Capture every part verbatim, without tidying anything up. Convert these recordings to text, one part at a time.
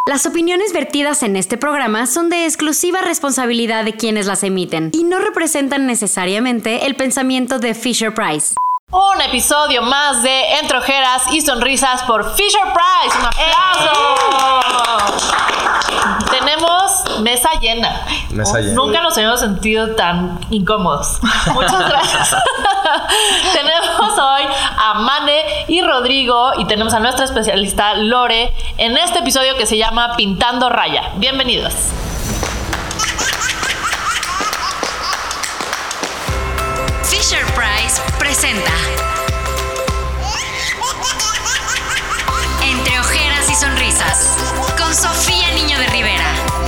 Las opiniones vertidas en este programa son de exclusiva responsabilidad de quienes las emiten y no representan necesariamente el pensamiento de Fisher-Price. Un episodio más de Entre Ojeras y Sonrisas por Fisher-Price. ¡Un aplauso! Tenemos mesa llena. Mesa llena. Nunca nos habíamos sentido tan incómodos. Muchas gracias. Tenemos hoy a Mane y Rodrigo y tenemos a nuestra especialista Lore en este episodio que se llama Pintando Raya. Bienvenidos. Fisher-Price presenta Entre Ojeras y Sonrisas con Sofía Niño de Rivera.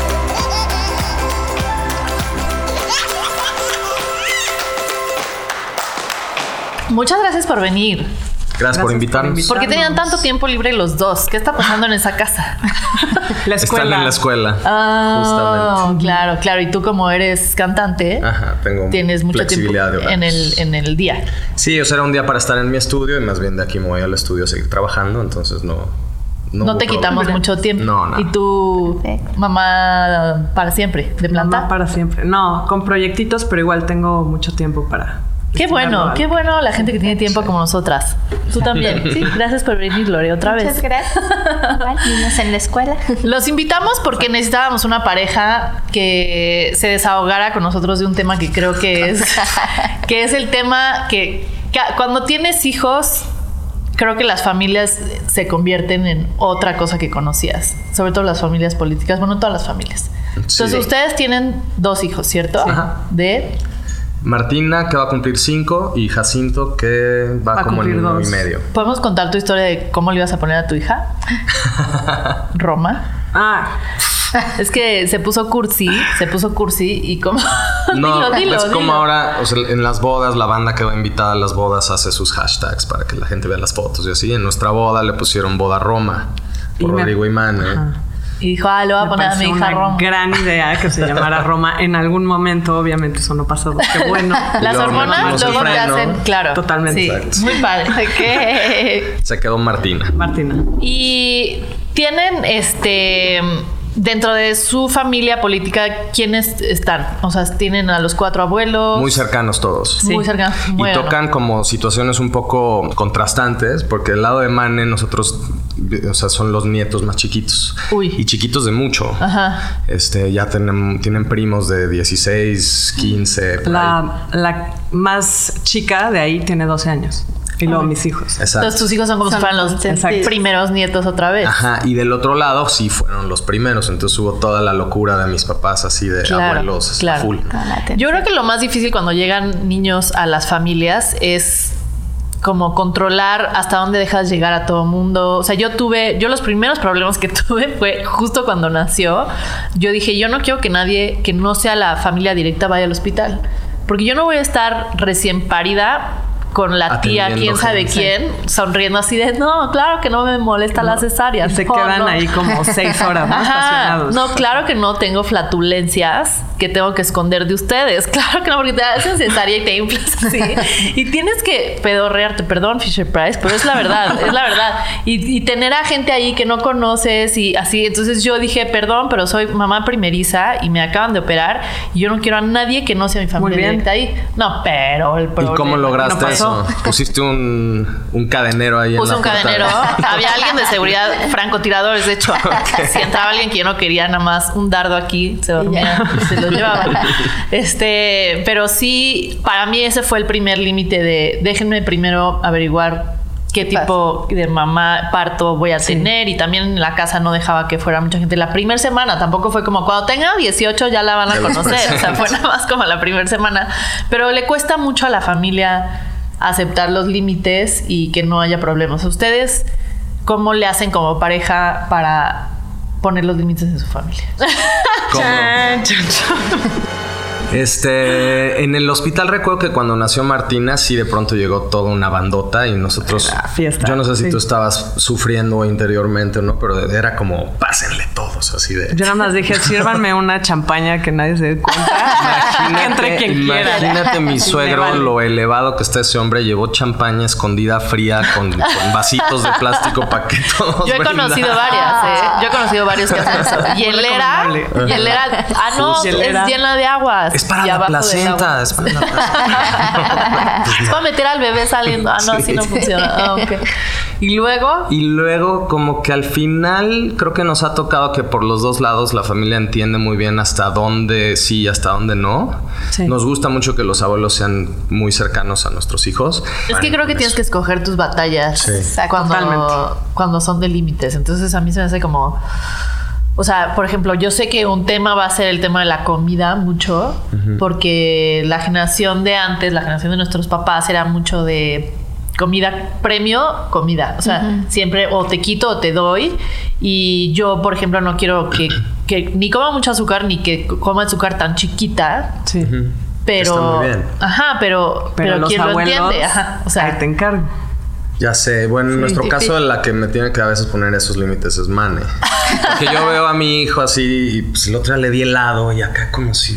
Muchas gracias por venir. Gracias, Gracias por invitarnos. por ¿Por qué tenían tanto tiempo libre los dos? ¿Qué está pasando en esa casa? La escuela. Están en la escuela. Ah, justamente. claro, claro. Y tú como eres cantante, Ajá, tengo tienes mucho tiempo flexibilidad de horarios. en el, en el día. Sí, o sea, era un día para estar en mi estudio y más bien de aquí me voy al estudio a seguir trabajando, entonces no... No, No, te hubo quitamos problema. mucho tiempo. No, no. ¿Y tú, mamá para siempre, de planta? Mamá para siempre. No, con proyectitos, pero igual tengo mucho tiempo para... Qué bueno, qué bueno la gente que tiene tiempo como nosotras. Tú también. Sí, gracias por venir, Lore, otra vez. Muchas gracias. Igual, niños en la escuela. Los invitamos porque necesitábamos una pareja que se desahogara con nosotros de un tema que creo que es que es el tema que, que cuando tienes hijos, creo que las familias se convierten en otra cosa que conocías, sobre todo las familias políticas, bueno, todas las familias. Entonces, Sí. ustedes tienen dos hijos, ¿cierto? Sí. Ajá. De Martina, que va a cumplir cinco, y Jacinto, que va, Va a como en cumplir uno dos. y medio. ¿Podemos contar tu historia de cómo le ibas a poner a tu hija? Roma. Ah, Es que se puso cursi, se puso cursi y como... No, dilo, dilo, es como dilo. ahora, o sea, en las bodas, la banda que va invitada a las bodas hace sus hashtags para que la gente vea las fotos y así. En nuestra boda le pusieron Boda Roma por Y me- Rodrigo y Mane. ajá. Y dijo, ah, le voy a me poner a mi pareció hija una Roma. gran idea que se llamara Roma. En algún momento, obviamente, eso no pasó. Qué bueno. Las luego hormonas metimos el luego te freno. hacen, claro. Totalmente. Sí, Exacto. muy padre. ¿Qué? Se quedó Martina. Martina. Y tienen, este, dentro de su familia política, ¿quiénes están? O sea, tienen a los cuatro abuelos. Muy cercanos todos. Muy cercanos. Y Bueno. tocan como situaciones un poco contrastantes, porque del lado de Mane nosotros, o sea, son los nietos más chiquitos. Uy. Y chiquitos de mucho. Ajá. Este, ya tienen, tienen primos de dieciséis, quince. por ahí. La, la más chica de ahí tiene doce años. Y luego mis hijos. Exacto. Entonces tus hijos son como si Son fueran los consentidos. primeros nietos otra vez. Ajá, y del otro lado sí fueron los primeros, entonces hubo toda la locura de mis papás así de Claro, abuelos a claro. full. Toda la atención. Yo creo que lo más difícil cuando llegan niños a las familias es como controlar hasta dónde dejas llegar a todo mundo. O sea, yo tuve, yo los primeros problemas que tuve fue justo cuando nació. Yo dije, yo no quiero que nadie que no sea la familia directa vaya al hospital. Porque yo no voy a estar recién parida con la tía, Atendiendo quién sabe gente. quién, sonriendo así de, no, claro que no me molesta la cesárea. Y se No, quedan no. ahí como seis horas, ¿no? Ajá. Estacionados. No, claro que no tengo flatulencias que tengo que esconder de ustedes. Claro que no, porque te hacen cesárea y te inflas así. Y tienes que pedorrearte. Perdón, Fisher-Price, pero es la verdad, es la verdad. Y, y tener a gente ahí que no conoces y así. Entonces yo dije, perdón, pero soy mamá primeriza y me acaban de operar y yo no quiero a nadie que no sea mi familia Muy bien. directa ahí. No, pero el ¿Y problema... cómo lograste no pasó. eso? Pusiste un, un cadenero ahí Puse en la un puerta. cadenero. Había alguien de seguridad, francotiradores, de hecho. Si entraba alguien que yo no quería, nada más un dardo aquí, se dormía y se lo llevaba. Este, pero sí, para mí ese fue el primer límite de déjenme primero averiguar qué tipo de mamá parto voy a tener. Y también en la casa no dejaba que fuera mucha gente. La primera semana tampoco fue como cuando tenga dieciocho ya la van a Ya los conocer. O sea, fue nada más como la primera semana. Pero le cuesta mucho a la familia aceptar los límites y que no haya problemas. ¿Ustedes cómo le hacen como pareja para poner los límites en su familia? ¿Cómo? Este, en el hospital recuerdo que cuando nació Martina sí de pronto llegó toda una bandota y nosotros, La fiesta, yo no sé si sí. tú estabas sufriendo interiormente o no, pero era como pásenle todo fotos así de... Yo nada más dije, sírvanme una champaña que nadie se dé cuenta. Imagínate, Entre quien quiera. imagínate mi suegro, vale. lo elevado que está ese hombre, llevó champaña escondida fría con, con vasitos de plástico para que todos Yo he brindaran. conocido varias, ¿eh? Yo he conocido varios que hacen eso. Hielera, hielera, ah, no, Hielera. es llena de aguas. Es para Y la abajo del placenta, agua. es para la placenta. Es para meter al bebé saliendo. Ah, no, así no funciona. Ah, ok. Y luego, Y luego como que al final creo que nos ha tocado que por los dos lados la familia entiende muy bien hasta dónde sí y hasta dónde no. Sí. Nos gusta mucho que los abuelos sean muy cercanos a nuestros hijos. es que creo que tienes que escoger tus batallas Sí. cuando, Totalmente. cuando son de límites. Entonces a mí se me hace como... O sea, por ejemplo, yo sé que un tema va a ser el tema de la comida mucho, uh-huh. porque la generación de antes, la generación de nuestros papás era mucho de comida, premio, comida. O sea, uh-huh. siempre o te quito o te doy. Y yo, por ejemplo, no quiero que, que ni coma mucho azúcar ni que coma azúcar tan chiquita. Sí. Uh-huh. Pero... Está muy bien. Ajá, pero, Pero, pero los ¿quién abuelos, lo entiende? Ajá, o sea, ahí te encargo. Ya sé, bueno, en Sí, nuestro sí, caso sí. la que me tiene que a veces poner esos límites es Mane. Porque yo veo a mi hijo así y pues el otro día le di helado y acá como si...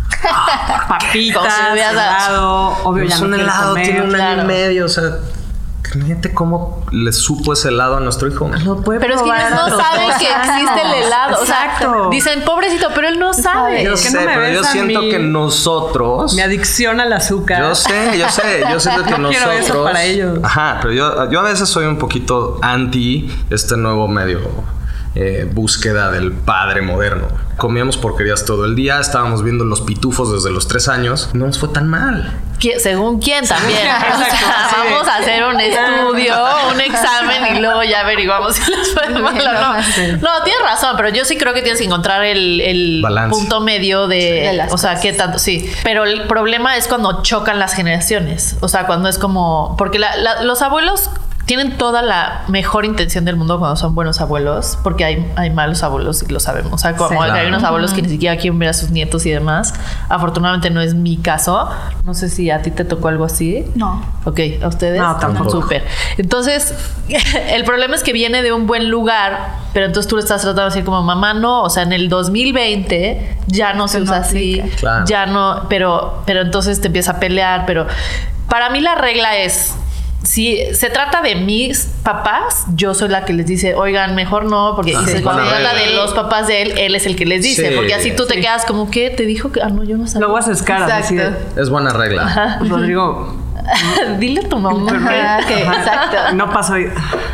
Papitas, Como si hubieras dado- helado, obvio ya Es no un quiero helado, comer. tiene un año claro. y medio, o sea... Imagínate cómo le supo ese helado a nuestro hijo. Lo puede Pero es que probar ellos a no los saben dos que años. existe el helado. O sea, Exacto. dicen, pobrecito, pero él no sabe. Yo ¿Por qué sé, no me pero ves yo a siento mí? que nosotros... Mi adicción al azúcar. Yo sé, yo sé, yo sé que No nosotros... quiero eso para ellos. Ajá, pero yo, yo a veces soy un poquito anti este nuevo medio eh, búsqueda del padre moderno. Comíamos porquerías todo el día, estábamos viendo Los Pitufos desde los tres años. No nos fue tan mal. ¿Qui- Según quién también. O sea, Exacto, sí. vamos a hacer un estudio, un examen y luego ya averiguamos si les fue mal o no. No, tienes razón, pero yo sí creo que tienes que encontrar el, el Balance. punto medio de, De las o sea, qué tanto, sí. Pero el problema es cuando chocan las generaciones. O sea, cuando es como, porque la, la, los abuelos tienen toda la mejor intención del mundo cuando son buenos abuelos, porque hay, hay malos abuelos y lo sabemos. O sea, como Sí, que claro. hay unos abuelos que ni siquiera quieren ver a sus nietos y demás. Afortunadamente no es mi caso. No sé si a ti te tocó algo así. No. Ok, ¿a ustedes? No, tampoco. Súper. Entonces, el problema es que viene de un buen lugar, pero entonces tú le estás tratando de decir como, mamá, no, o sea, en el dos mil veinte ya no se Que no usa así, aplica. Claro. ya no, pero, pero entonces te empieza a pelear, pero para mí la regla es, si se trata de mis papás, yo soy la que les dice, oigan, mejor no, porque Ah, dice, sí, cuando se buena trata regla. de los papás de él, él es el que les dice, Sí. porque así tú te Sí. quedas como, ¿qué? ¿Te dijo que? Ah, no, yo no sabía. Luego haces caras así de, Es buena regla. Rodrigo, Dile a tu mamá Ajá, que, exacto. no pasó. ahí.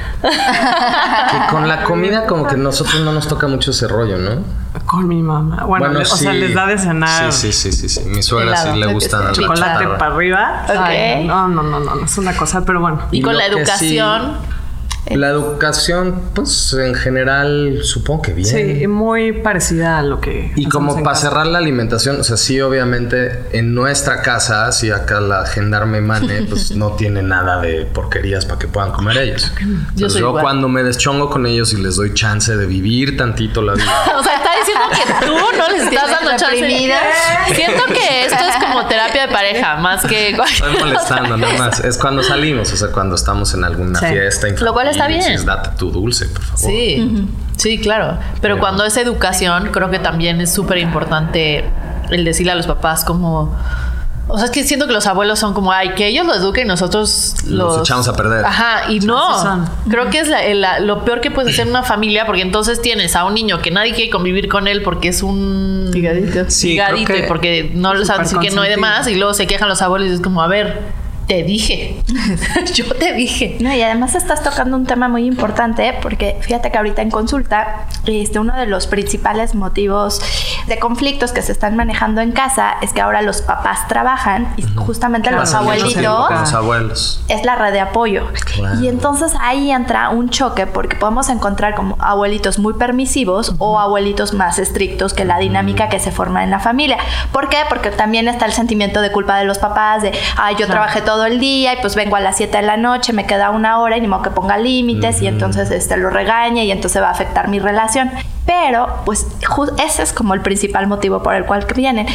Que con la comida como que nosotros no nos toca mucho ese rollo, ¿no? Con mi mamá. Bueno, le- o sea, sí. les da de cenar Sí, sí, sí, sí, sí. Mi suegra Helado, sí le lo que gusta sea. la chocolate chatarra. para arriba. Ok. Ay, no, no, no, no, no, es una cosa, pero bueno. Y con lo la que educación, sí, la educación, pues en general, supongo que bien. Sí, muy parecida a lo que. Y como hacemos en para casa. cerrar la alimentación, o sea, sí, obviamente, en nuestra casa, sí, acá la gendarme Mane, pues no tiene nada de porquerías para que puedan comer ellos. Yo Yo, soy yo igual. cuando me deschongo con ellos y les doy chance de vivir tantito la vida. o sea, está diciendo que tú no les estás dando chance. Reprimidas. Siento que esto es como terapia de pareja, más que... Estoy molestando, nada más. Es cuando salimos, o sea, cuando estamos en alguna Sí. fiesta infantil. Lo cual está bien. dices, date tu dulce, por favor. Sí, sí, claro. Pero cuando es educación, creo que también es súper importante el decirle a los papás como... O sea, es que siento que los abuelos son como, ay, que ellos lo eduquen y nosotros los... Los echamos a perder. Ajá, y Así no. son. Creo que es la- la- lo peor que puedes hacer en una familia, porque entonces tienes a un niño que nadie quiere convivir con él porque es un... Higadito. Sí, higadito creo que y porque no le saben decir que no hay consentido. demás y luego se quejan los abuelos y es como, a ver, te dije. Yo te dije. No, y además estás tocando un tema muy importante porque fíjate que ahorita en consulta este, uno de los principales motivos de conflictos que se están manejando en casa es que ahora los papás trabajan y justamente Claro, los Pasan mucho tiempo abuelitos con los abuelos. es la red de apoyo. Claro. Y entonces ahí entra un choque porque podemos encontrar como abuelitos muy permisivos o abuelitos más estrictos que la dinámica que se forma en la familia. ¿Por qué? Porque también está el sentimiento de culpa de los papás de, ay, yo trabajé todo el día y pues vengo a las siete de la noche, me queda una hora y ni modo que ponga límites y entonces este, lo regaña y entonces va a afectar mi relación. Pero pues ju- ese es como el principal motivo por el cual vienen.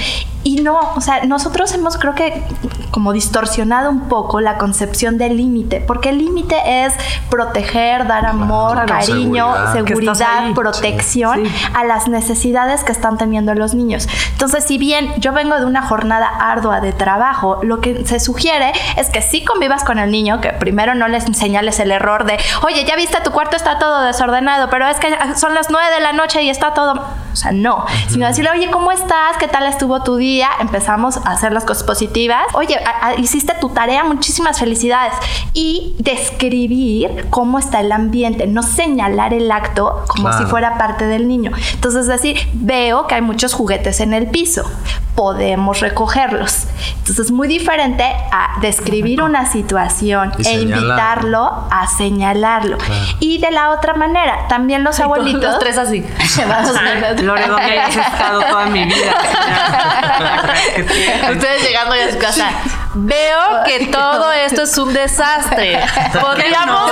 y no, o sea, nosotros hemos creo que como distorsionado un poco la concepción del límite, porque el límite es proteger, dar amor, claro, cariño, seguridad, seguridad protección sí. Sí. a las necesidades que están teniendo los niños. Entonces, si bien yo vengo de una jornada ardua de trabajo, lo que se sugiere es que sí convivas con el niño, que primero no les señales el error de, oye, ya viste, tu cuarto está todo desordenado, pero es que son las nueve de la noche y está todo... O sea, no. Uh-huh. Sino decirle, oye, ¿cómo estás? ¿Qué tal estuvo tu día? Empezamos a hacer las cosas positivas. Oye, a, a, hiciste tu tarea, muchísimas felicidades. Y describir cómo está el ambiente, no señalar el acto como claro. si fuera parte del niño. Entonces, decir, veo que hay muchos juguetes en el piso, podemos recogerlos. Entonces, es muy diferente a describir una situación y e señalar. invitarlo a señalarlo. Claro. Y de la otra manera, también los abuelitos... Los tres así. Lore, ¿dónde has estado toda mi vida? Ustedes llegando ya a su casa. Veo que todo esto es un desastre. Podríamos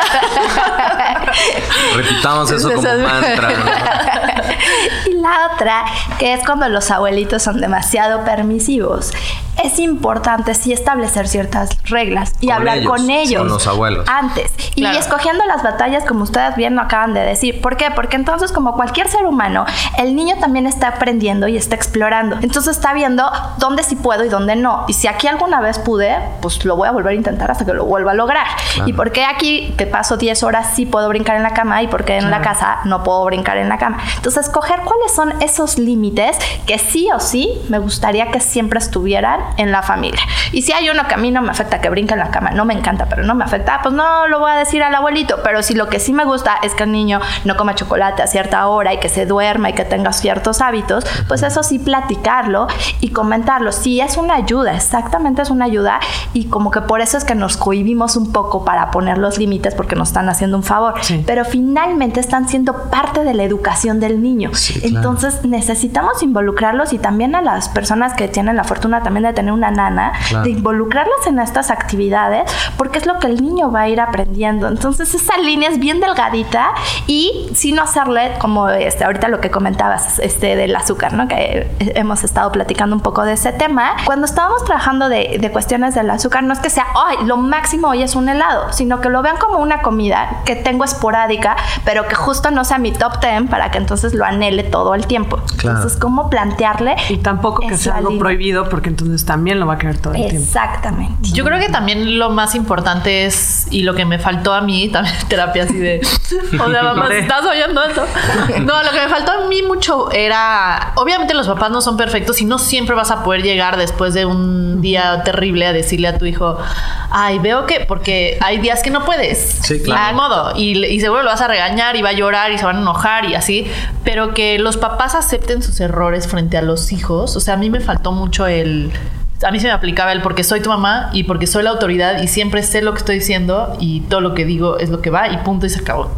mejorar. Repitamos eso como mantra, ¿no? Y la otra, que es cuando los abuelitos son demasiado permisivos. Es importante sí establecer ciertas reglas y con hablar ellos, con ellos. Con los abuelos. Antes. Y claro. escogiendo las batallas como ustedes bien lo acaban de decir. ¿Por qué? Porque entonces, como cualquier ser humano, el niño también está aprendiendo y está explorando. Entonces está viendo dónde sí puedo y dónde no. Y si aquí alguna vez pude, pues lo voy a volver a intentar hasta que lo vuelva a lograr. Claro. ¿Y por qué aquí que paso diez horas sí puedo brincar en la cama y por qué en claro. la casa no puedo brincar en la cama? Entonces, escoger cuáles son esos límites que sí o sí me gustaría que siempre estuvieran en la familia. Y si hay uno que a mí no me afecta que brinque en la cama, no me encanta, pero no me afecta, pues no lo voy a decir al abuelito. Pero si lo que sí me gusta es que el niño no coma chocolate a cierta hora y que se duerma y que tenga ciertos hábitos, pues eso sí platicarlo y comentarlo. Sí, es una ayuda, exactamente es una ayuda, y como que por eso es que nos cohibimos un poco para poner los límites, porque nos están haciendo un favor. Sí. Pero finalmente están siendo parte de la educación del niño. Sí, claro. Entonces necesitamos involucrarlos, y también a las personas que tienen la fortuna también de tener una nana, claro. de involucrarlas en estas actividades, porque es lo que el niño va a ir aprendiendo. Entonces esa línea es bien delgadita, y sin hacerle como este, ahorita lo que comentabas este, del azúcar, ¿no? Que hemos estado platicando un poco de ese tema. Cuando estábamos trabajando de, de cuestiones del azúcar, no es que sea, ay, lo máximo hoy es un helado, sino que lo vean como una comida que tengo esporádica, pero que justo no sea mi top ten para que entonces lo anhele todo el tiempo. Claro. Entonces, ¿cómo plantearle? Y tampoco que sea algo prohibido, porque entonces también lo va a querer todo el tiempo. Exactamente. Yo creo que también lo más importante es, y lo que me faltó a mí, también terapia así de, o sea, mamá, ¿estás oyendo esto? No, lo que me faltó a mí mucho era, obviamente los papás no son perfectos y no siempre vas a poder llegar después de un día terrible a decirle a tu hijo, ay, veo que, porque hay días que no puedes. Sí, claro. Ni modo. Y, y seguro lo vas a regañar y va a llorar y se van a enojar y así, pero que los papás acepten sus errores frente a los hijos. O sea, a mí me faltó mucho el... A mí se me aplicaba el porque soy tu mamá y porque soy la autoridad y siempre sé lo que estoy diciendo y todo lo que digo es lo que va y punto y se acabó.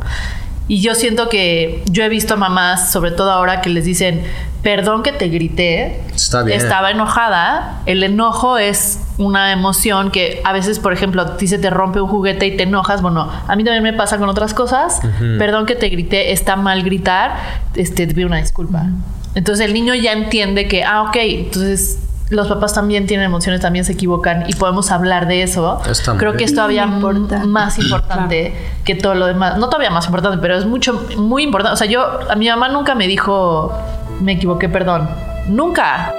Y yo siento que yo he visto a mamás, sobre todo ahora, que les dicen, perdón que te grité, está bien. Estaba enojada. El enojo es una emoción que a veces, por ejemplo, a ti se te rompe un juguete y te enojas. Bueno, a mí también me pasa con otras cosas. Uh-huh. Perdón que te grité, está mal gritar, este, te pido una disculpa. Uh-huh. Entonces el niño ya entiende que, ah, ok, entonces... los papás también tienen emociones, también se equivocan y podemos hablar de eso. Está Creo que es todavía importante. más importante claro. que todo lo demás. No todavía más importante, pero es mucho, muy importante. O sea, yo, a mi mamá nunca me dijo, me equivoqué, perdón. Nunca.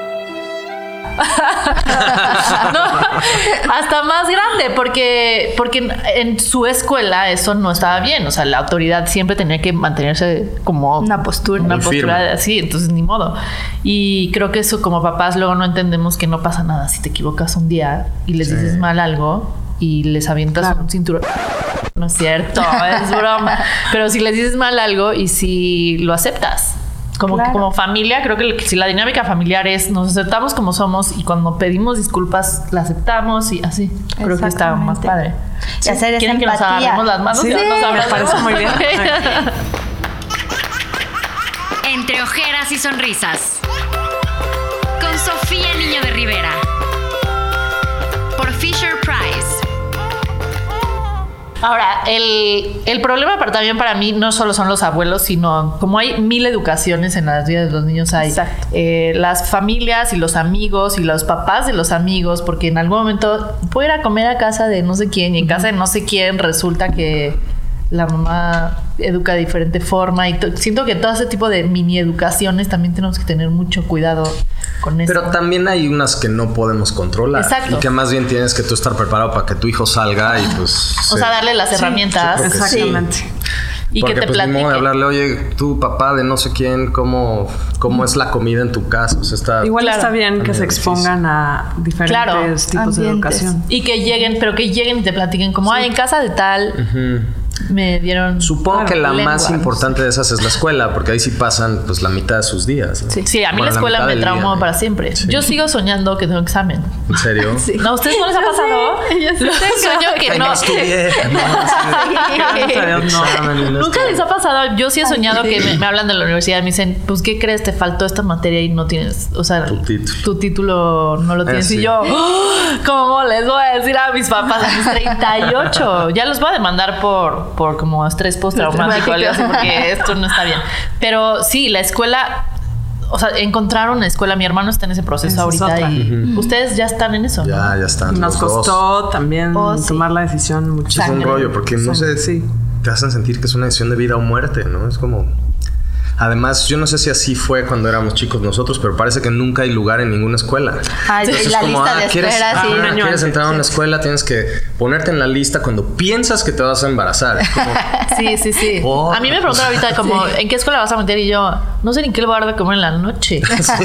No, hasta más grande, porque, porque en su escuela eso no estaba bien. O sea, la autoridad siempre tenía que mantenerse como una postura, una postura así, entonces ni modo. Y creo que eso, como papás, luego no entendemos que no pasa nada si te equivocas un día y les sí. dices mal algo y les avientas claro. un cinturón. No es cierto, es broma. Pero si les dices mal algo y si lo aceptas. Como, claro. como familia, creo que si la dinámica familiar es nos aceptamos como somos y cuando pedimos disculpas la aceptamos y así, creo que está más padre. Y hacer esa ¿Quieren que nos agarremos las manos? Sí, nos me parece muy bien. Entre ojeras y sonrisas, con Sofía Niño de Rivera, por Fisher Price. Ahora, el, el problema para, también para mí no solo son los abuelos, sino como hay mil educaciones en las vidas de los niños, hay eh, las familias y los amigos y los papás de los amigos, porque en algún momento puedo ir a comer a casa de no sé quién y en casa de no sé quién resulta que la mamá educa de diferente forma y to- siento que todo ese tipo de mini educaciones también tenemos que tener mucho cuidado con eso. Pero también hay unas que no podemos controlar. Exacto. Y que más bien tienes que tú estar preparado para que tu hijo salga y pues... O sea, darle las herramientas. yo creo que Exactamente. sí. Y Porque que te pues ni modo platique. de hablarle, oye, tú papá de no sé quién, ¿cómo, cómo es la comida en tu casa? O sea, está... Igual Claro. está bien que También se difícil. expongan a diferentes Claro. tipos de Ambientes. educación. Y que lleguen, pero que lleguen y te platiquen como, ay, en casa de tal Ujú. me dieron... Supongo claro, que la lengua, más no importante de esas es la escuela, porque ahí sí pasan pues la mitad de sus días, ¿no? Sí. Sí, a mí Bueno, la escuela mitad me del traumó día, para ¿no? siempre. Sí. Yo sigo soñando que tengo examen. ¿En serio? Sí. ¿No? ¿A ustedes no les ha pasado? Yo sí Sueño que Ay, no. no estudié. No, Gracias a Dios, no. examen y no Nunca estudié. les ha pasado. Yo sí he Ay, soñado sí. que me, me hablan de la universidad y me dicen, pues, ¿qué crees? Te faltó esta materia y no tienes, o sea, Tu título. tu título no lo Ah, tienes. sí. Y yo, ¡oh! ¿Cómo les voy a decir a mis papás a mis treinta y ocho? Ya los voy a demandar por, por como estrés postraumático o algo así, porque esto no está bien. Pero sí, la escuela... O sea, encontrar una escuela. Mi hermano está en ese proceso Esa es ahorita otra. y ustedes ya están en eso, Ya, ¿no? ya están. Nos los dos. costó también Oh, sí. tomar la decisión Es muchísimo. un rollo, porque no sé, Sí. te hacen sentir que es una decisión de vida o muerte, ¿no? Es como... Además, yo no sé si así fue cuando éramos chicos nosotros, pero parece que nunca hay lugar en ninguna escuela. Ay, Entonces, la como, lista ah, de ¿quieres, espera, ajá, sí. un año quieres antes, entrar a una sí. escuela, tienes que ponerte en la lista cuando piensas que te vas a embarazar. Es como, Sí, sí, sí. Oh. A mí me preguntaron ahorita como, ¿en qué escuela vas a meter? Y yo, no sé ni qué lugar de comer en la noche.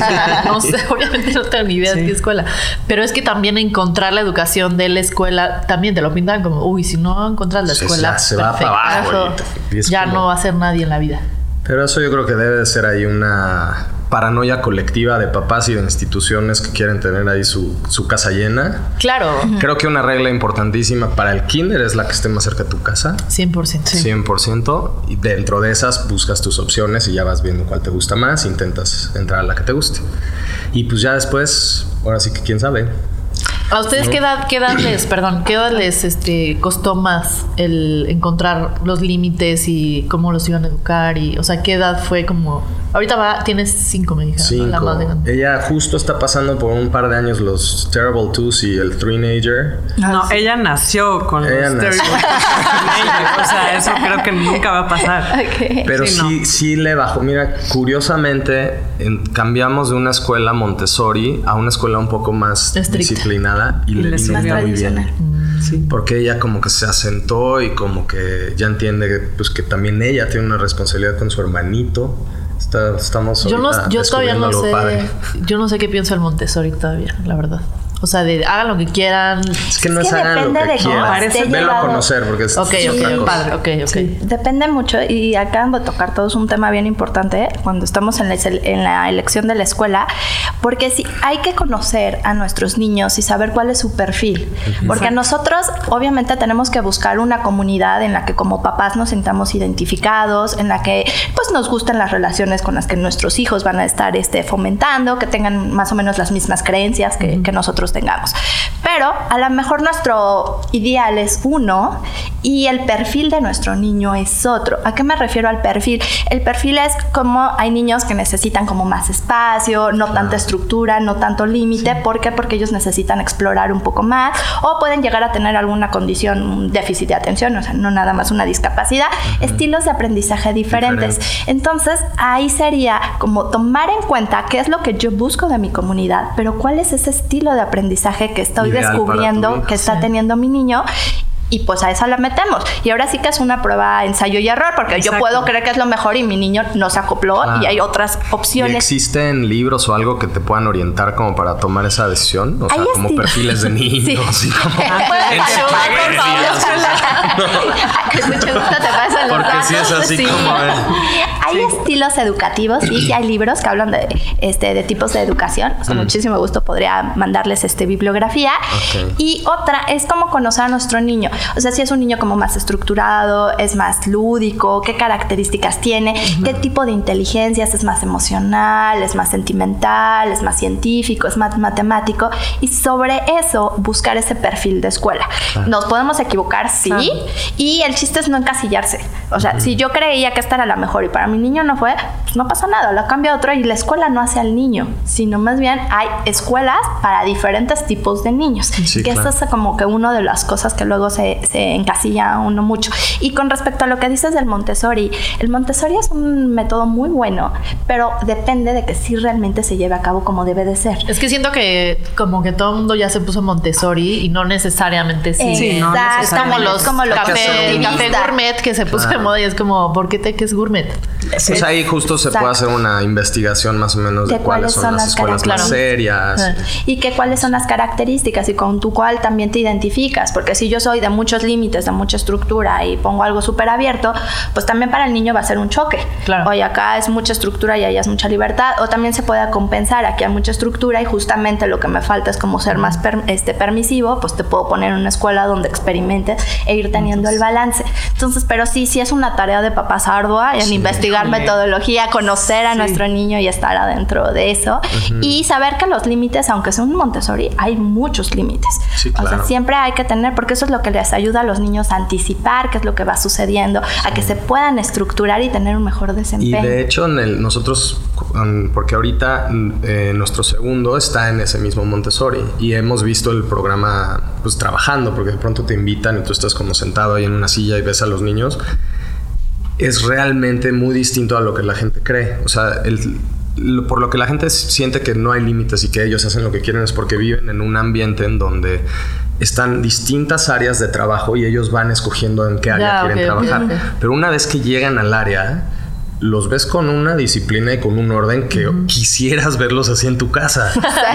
No sé, obviamente no tengo ni idea de Sí. qué escuela. Pero es que también encontrar la educación de la escuela, también te lo pintan como, uy, si no encuentras la Sí, escuela, ya se va perfecto. para abajo Ajá. y te- y es Ya como- no va a ser nadie en la vida. Pero eso yo creo que debe de ser ahí una paranoia colectiva de papás y de instituciones que quieren tener ahí su, su casa llena. Claro, Creo que una regla importantísima para el kinder es la que esté más cerca de tu casa. cien por ciento. cien por ciento. Y dentro de esas buscas tus opciones y ya vas viendo cuál te gusta más. Intentas entrar a la que te guste. Y pues ya después, ahora sí que quién sabe. ¿A ustedes qué edad, qué edad les, perdón, qué edad les este, costó más el encontrar los límites y cómo los iban a educar? Y, o sea, ¿qué edad fue como... Ahorita va, tienes cinco, me dijeron, ¿no? La más Cinco. grande. Ella justo está pasando por un par de años los Terrible Twos y el Three-Nager. No, ella nació con Ella los nació. Terrible. O sea, eso creo que nunca va a pasar. Ok. Pero Sí, sí, no. sí le bajó. Mira, curiosamente en- cambiamos de una escuela Montessori a una escuela un poco más Estricta. disciplinada y, Y le le vino sirvió. muy bien. Tradicional. Sí. Porque ella como que se asentó y como que ya entiende que, pues, que también ella tiene una responsabilidad con su hermanito. Está- estamos Yo, no, ahorita yo todavía descubriendo no algo sé. padre. Yo no sé qué piensa el Montessori todavía, la verdad. O sea, de hagan lo que quieran. Es que no Es es, que hagan lo depende que de cómo quieran. esté Velo a llevado. conocer porque es, Ok, es ok, otra cosa. padre, ok, ok. Sí, depende mucho y acaban de tocar todos un tema bien importante cuando estamos en la, en la elección de la escuela, porque sí hay que conocer a nuestros niños y saber cuál es su perfil, porque nosotros obviamente tenemos que buscar una comunidad en la que como papás nos sintamos identificados, en la que pues nos gusten las relaciones con las que nuestros hijos van a estar este, fomentando, que tengan más o menos las mismas creencias que, que nosotros tengamos. Pero a lo mejor nuestro ideal es uno y el perfil de nuestro niño es otro. ¿A qué me refiero al perfil? El perfil es como hay niños que necesitan como más espacio, no tanta estructura, no tanto límite. Sí. ¿Por qué? Porque ellos necesitan explorar un poco más o pueden llegar a tener alguna condición, un déficit de atención, o sea, no nada más una discapacidad, uh-huh. estilos de aprendizaje diferentes. Diferente. Entonces, ahí sería como tomar en cuenta qué es lo que yo busco de mi comunidad, pero cuál es ese estilo de aprendizaje que estoy Ideal descubriendo, que está sí. teniendo mi niño. Y pues a esa la metemos. Y ahora sí que es una prueba ensayo y error, porque Exacto. yo puedo creer que es lo mejor y mi niño no se acopló ah. y hay otras opciones. ¿Y existen libros o algo que te puedan orientar como para tomar esa decisión? O sea, hay como esti- perfiles de niños sí. y como... Con mucho gusto te pasan los Porque datos. si es así sí. como... A ver. Hay sí. estilos educativos, sí, sí hay libros que hablan de, este, de tipos de educación. Con mm. muchísimo gusto podría mandarles este, bibliografía. Okay. Y otra es como conocer a nuestro niño. O sea, si es un niño como más estructurado, es más lúdico, qué características tiene, uh-huh. qué tipo de inteligencias, es más emocional, es más sentimental, es más científico, es más matemático. Y sobre eso buscar ese perfil de escuela. Uh-huh. Nos podemos equivocar cambiar, sí. Claro. Y el chiste es no encasillarse. O sea, uh-huh. si yo creía que esta era la mejor y para mi niño no fue, pues no pasa nada, lo cambio a otro. Y la escuela no hace al niño, sino más bien hay escuelas para diferentes tipos de niños. Sí, que claro. eso es como que una de las cosas que luego se, se encasilla uno mucho. Y con respecto a lo que dices del Montessori, el Montessori es un método muy bueno, pero depende de que sí realmente se lleve a cabo como debe de ser. Es que siento que como que todo el mundo ya se puso Montessori y no necesariamente sí. Sí, no es como los como lo café, el café gourmet que se puso Claro. de moda y es como, ¿por qué te que es gourmet? Sí. Pues ahí justo se Exacto. puede hacer una investigación más o menos de, de cuáles son, son las escuelas claro. más serias. Ah. Y que cuáles son las características y con tu cual también te identificas, porque si yo soy de muchos límites, de mucha estructura y pongo algo súper abierto, pues también para el niño va a ser un choque. Claro. Oye, acá es mucha estructura y allá es mucha libertad, o también se puede compensar, aquí hay mucha estructura y justamente lo que me falta es como ser más per, este, permisivo, pues te puedo poner en una escuela donde experimentes e ir teniendo el balance. Entonces, pero sí, sí es una tarea de papás ardua en Sí, investigar híjole. metodología, conocer a Sí. nuestro niño y estar adentro de eso. Uh-huh. Y saber que los límites, aunque sea un Montessori, hay muchos límites. Sí, claro. O sea, siempre hay que tener, porque eso es lo que les ayuda a los niños a anticipar qué es lo que va sucediendo, sí. a que se puedan estructurar y tener un mejor desempeño. Y de hecho, en el, nosotros, porque ahorita eh, nuestro segundo está en ese mismo Montessori y hemos visto el programa pues trabajando, porque de pronto te invitan y tú estás como sentado ahí en una silla y ves a los niños. Es realmente muy distinto a lo que la gente cree. O sea, el, lo, por lo que la gente siente que no hay límites y que ellos hacen lo que quieren es porque viven en un ambiente en donde están distintas áreas de trabajo y ellos van escogiendo en qué área Ya, quieren okay, trabajar. okay. Pero una vez que llegan al área, los ves con una disciplina y con un orden que uh-huh. quisieras verlos así en tu casa.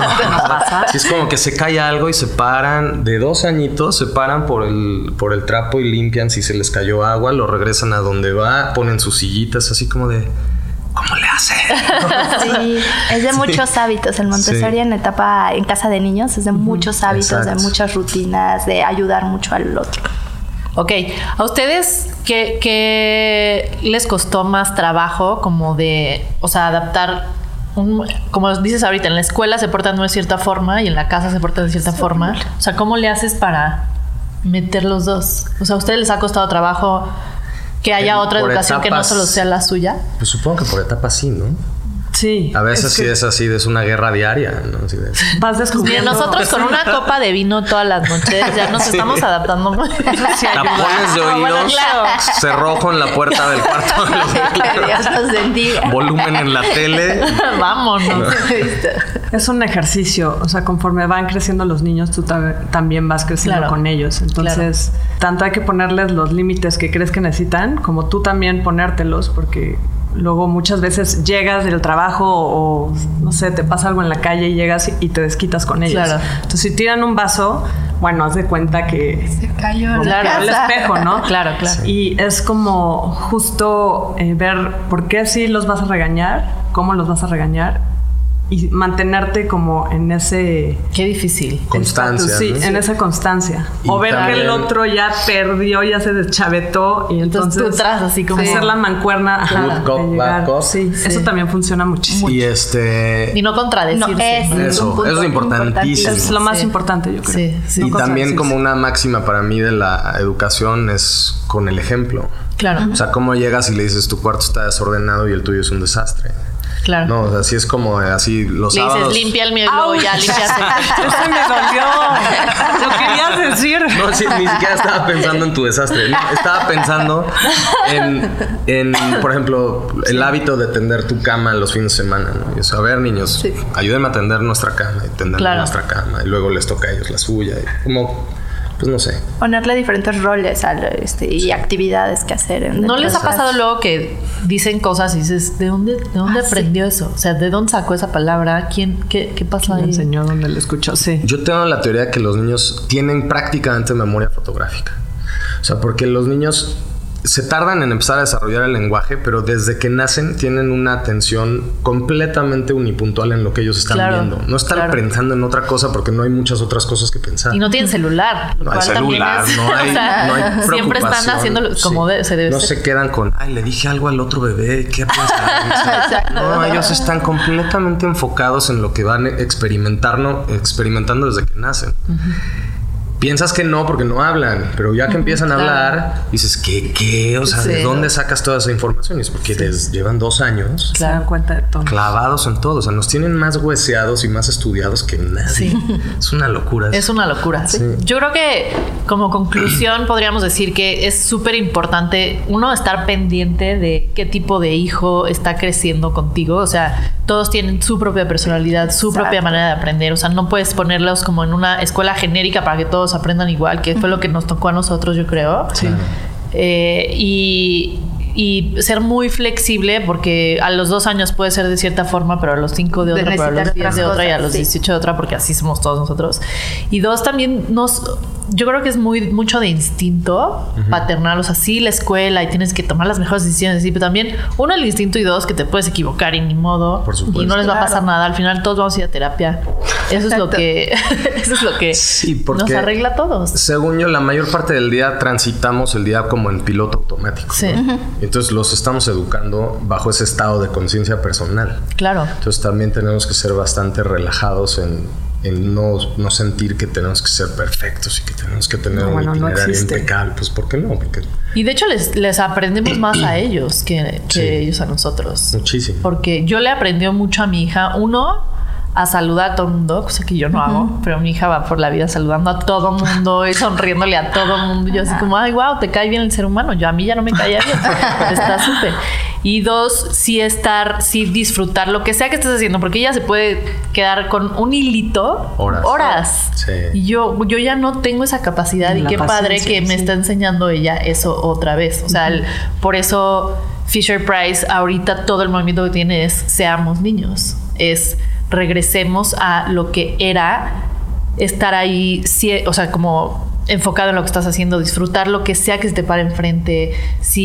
Sí, es como que se cae algo y se paran, de dos añitos, se paran por el, por el trapo y limpian si se les cayó agua, lo regresan a donde va, ponen sus sillitas, así como de... ¿Cómo le hace? Sí, es de sí. muchos hábitos. El Montessori sí. en etapa, en casa de niños, es de muchos hábitos, exacto. de muchas rutinas, de ayudar mucho al otro. Ok, ¿a ustedes qué, qué les costó más trabajo como de, o sea, adaptar, un, como dices ahorita, en la escuela se portan de una cierta forma y en la casa se portan de cierta sí. forma? O sea, ¿cómo le haces para meter los dos? O sea, ¿a ustedes les ha costado trabajo que haya otra por educación etapas, que no solo sea la suya? Pues supongo que por etapas sí, ¿no? Sí. A veces es sí es así, es una guerra diaria, ¿no? Así de... Vas descubriendo. Mira, nosotros con una copa de vino todas las noches ya nos sí. estamos adaptando. Sí, tapones de oídos, bueno, claro. cerrojo en la puerta del cuarto. Que Dios nos bendiga. Volumen en la tele. Vámonos. Es un ejercicio, o sea, conforme van creciendo los niños, tú ta- también vas creciendo claro. con ellos. Entonces, claro. tanto hay que ponerles los límites que crees que necesitan, como tú también ponértelos, porque luego muchas veces llegas del trabajo o, no sé, te pasa algo en la calle y llegas y te desquitas con ellos. Claro. Entonces, si tiran un vaso, bueno, haz de cuenta que... Se cayó en claro, el espejo, ¿no? Claro, claro. Y es como justo eh, ver por qué sí los vas a regañar, cómo los vas a regañar y mantenerte como en ese... Qué difícil. Constancia. Estatus, sí, ¿no? en esa constancia. Y o ver también... que el otro ya perdió, ya se deschavetó y entonces... entonces tú tras así como... hacer la mancuerna. Ajá, Good cop, bad cop. Sí, sí, eso también funciona muchísimo. Y este... Y no contradecirse. No, es eso, eso es importantísimo. Es lo más sí. importante, yo creo. Sí, sí. Y no también como una máxima para mí de la educación es con el ejemplo. Claro. O sea, cómo llegas y le dices tu cuarto está desordenado y el tuyo es un desastre. Claro. No, o sea, así es como así los le sábados. Le dices limpia el mío y luego ya limpiaste. Eso me dolió. Lo querías decir. No, sí, ni siquiera estaba pensando en tu desastre. No, estaba pensando en, en, por ejemplo, el hábito de tender tu cama los fines de semana, ¿no? Y eso, a ver, niños, sí. ayúdenme a tender nuestra cama y tender claro. nuestra cama. Y luego les toca a ellos la suya. Y como... pues no sé. Ponerle diferentes roles al, este, y actividades que hacer. ¿No les ha pasado luego que dicen cosas y dices, ¿de dónde, de dónde ah, aprendió sí. eso? O sea, ¿de dónde sacó esa palabra? ¿Quién, qué, qué pasó ahí? ¿Quién enseñó? ¿Dónde lo escuchó? Sí. Yo tengo la teoría que los niños tienen prácticamente memoria fotográfica. O sea, porque los niños se tardan en empezar a desarrollar el lenguaje, pero desde que nacen tienen una atención completamente unipuntual en lo que ellos están claro, viendo. No están claro. pensando en otra cosa porque no hay muchas otras cosas que pensar. Y no tienen celular. No hay celular, es, no hay, o sea, no hay preocupación. Siempre están haciéndolo como sí. de, se debe No ser. se quedan con, ay, le dije algo al otro bebé, ¿qué piensas? No, ellos están completamente enfocados en lo que van experimentando, experimentando desde que nacen. Uh-huh. piensas que no porque no hablan, pero ya que empiezan a hablar, claro. dices, ¿qué, qué? O sea, sí. ¿de dónde sacas toda esa información? Y es porque sí. les llevan dos años se dan cuenta de todo. Clavados en todo. O sea, nos tienen más hueseados y más estudiados que nadie. Sí. Es una locura. Es una locura. Sí. Yo creo que como conclusión podríamos decir que es súper importante, uno, estar pendiente de qué tipo de hijo está creciendo contigo. O sea, todos tienen su propia personalidad, su Exacto. propia manera de aprender. O sea, no puedes ponerlos como en una escuela genérica para que todos aprendan igual, que fue lo que nos tocó a nosotros, yo creo. Sí. Eh, y, y ser muy flexible, porque a los dos años puede ser de cierta forma, pero a los cinco de otra, pero a los diez de otra y a los dieciocho de otra, porque así somos todos nosotros. Y dos, también nos... Yo creo que es muy mucho de instinto uh-huh. paternal, o sea, sí la escuela y tienes que tomar las mejores decisiones, sí, pero también uno, el instinto, y dos, que te puedes equivocar y ni modo. Por supuesto. Y no les va claro. a pasar nada. Al final todos vamos a ir a terapia. Eso es lo que eso es lo que sí, nos arregla a todos. Según yo, la mayor parte del día transitamos el día como en piloto automático. Sí. ¿no? Uh-huh. Entonces los estamos educando bajo ese estado de conciencia personal. Claro. Entonces también tenemos que ser bastante relajados en en no, no sentir que tenemos que ser perfectos y que tenemos que tener no, un bueno, itinerario no impecable. Pues ¿por qué no? Porque... Y de hecho les, les aprendemos más a ellos que, que sí. ellos a nosotros. Muchísimo. Porque yo le aprendí mucho a mi hija. Uno, a saludar a todo el mundo, cosa que yo no uh-huh. hago, pero mi hija va por la vida saludando a todo mundo y sonriéndole a todo mundo. Yo así como, ay, wow, te cae bien el ser humano. Yo a mí ya no me caía bien. Está súper. Y dos, sí estar, sí disfrutar lo que sea que estés haciendo, porque ella se puede quedar con un hilito horas. horas. Sí. Y yo, yo ya no tengo esa capacidad. Y qué padre que me sí. está enseñando ella eso otra vez. O sea, uh-huh. el, por eso Fisher Price ahorita todo el movimiento que tiene es seamos niños. Es regresemos a lo que era estar ahí, o sea, como enfocado en lo que estás haciendo, disfrutar lo que sea que se te pare enfrente,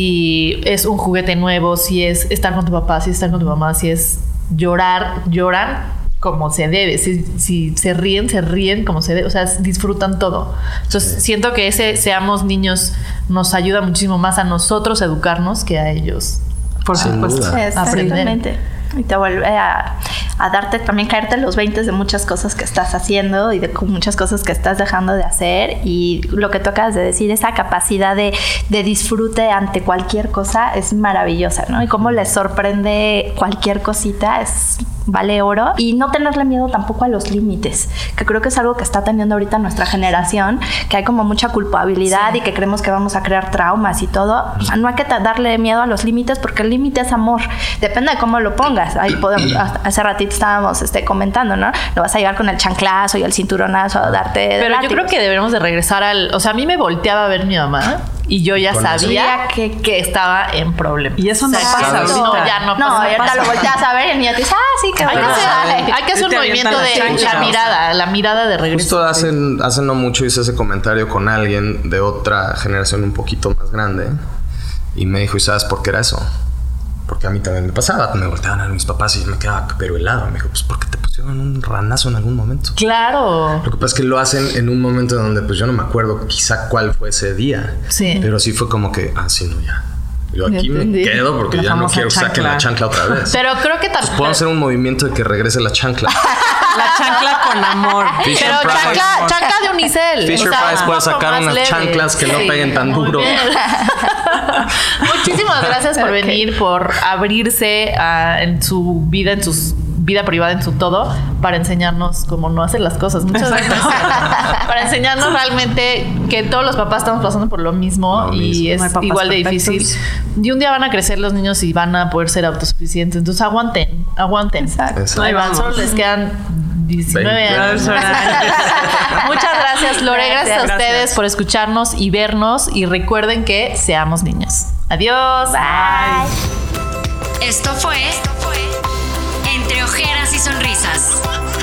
si es un juguete nuevo, si es estar con tu papá, si es estar con tu mamá, si es llorar, lloran como se debe, si, si se ríen, se ríen como se debe, o sea, disfrutan todo. Entonces sí. siento que ese seamos niños nos ayuda muchísimo más a nosotros educarnos que a ellos. Por supuesto. Exactamente. Y te vuelve a, a darte, también caerte los veintes de muchas cosas que estás haciendo y de muchas cosas que estás dejando de hacer. Y lo que tú acabas de decir, esa capacidad de, de disfrute ante cualquier cosa es maravillosa, ¿no? Y cómo les sorprende cualquier cosita, es vale oro. Y no tenerle miedo tampoco a los límites, que creo que es algo que está teniendo ahorita nuestra generación, que hay como mucha culpabilidad sí. y que creemos que vamos a crear traumas y todo. O sea, no hay que darle miedo a los límites, porque el límite es amor. Depende de cómo lo pongas. Ahí podemos, hace ratito estábamos este, comentando, ¿no? No vas a llegar con el chanclazo y el cinturonazo a darte. Pero látigos. Yo creo que debemos de regresar al... O sea, a mí me volteaba a ver mi mamá y yo ya sabía que, que estaba en problemas. Y eso no o sea, pasa ahorita. No, ya no, no pasa. No, ahorita lo volteas a ver y el niño te dice, ah, sí, qué bueno. Hay, hay, hay que hacer un movimiento de chancha. la mirada, la mirada de regreso. Justo hace, hace no mucho hice ese comentario con alguien de otra generación un poquito más grande y me dijo, ¿y sabes por qué era eso? Porque a mí también me pasaba, me volteaban a mis papás y yo me quedaba pero helado. Me dijo, pues porque te pusieron un ranazo en algún momento. Claro. Lo que pasa es que lo hacen en un momento donde pues yo no me acuerdo quizá cuál fue ese día. Sí. Pero sí fue como que, ah, sí, no, ya. Yo aquí me quedo porque la ya no quiero que saquen la chancla otra vez. Pero creo que también... Pues puedo hacer un movimiento de que regrese la chancla. La chancla con amor. Fisher Pero Price. chancla, chancla de unicel. Fisher o sea, Price puede sacar unas leve. chanclas que sí. no peguen tan duro. Muchísimas gracias por okay. venir, por abrirse uh, en su vida, en sus vida privada, en su todo, para enseñarnos cómo no hacer las cosas. Muchas gracias. Para enseñarnos realmente que todos los papás estamos pasando por lo mismo no, y mismo. es no igual de perfectos. difícil. Y un día van a crecer los niños y van a poder ser autosuficientes. Entonces aguanten, aguanten. Exacto. Exacto. Ahí van, solo les quedan diecinueve años. Muchas gracias, Lore. Gracias, gracias a ustedes gracias. por escucharnos y vernos. Y recuerden que seamos niños. Adiós. Bye. Esto fue Entre Ojeras y Sonrisas.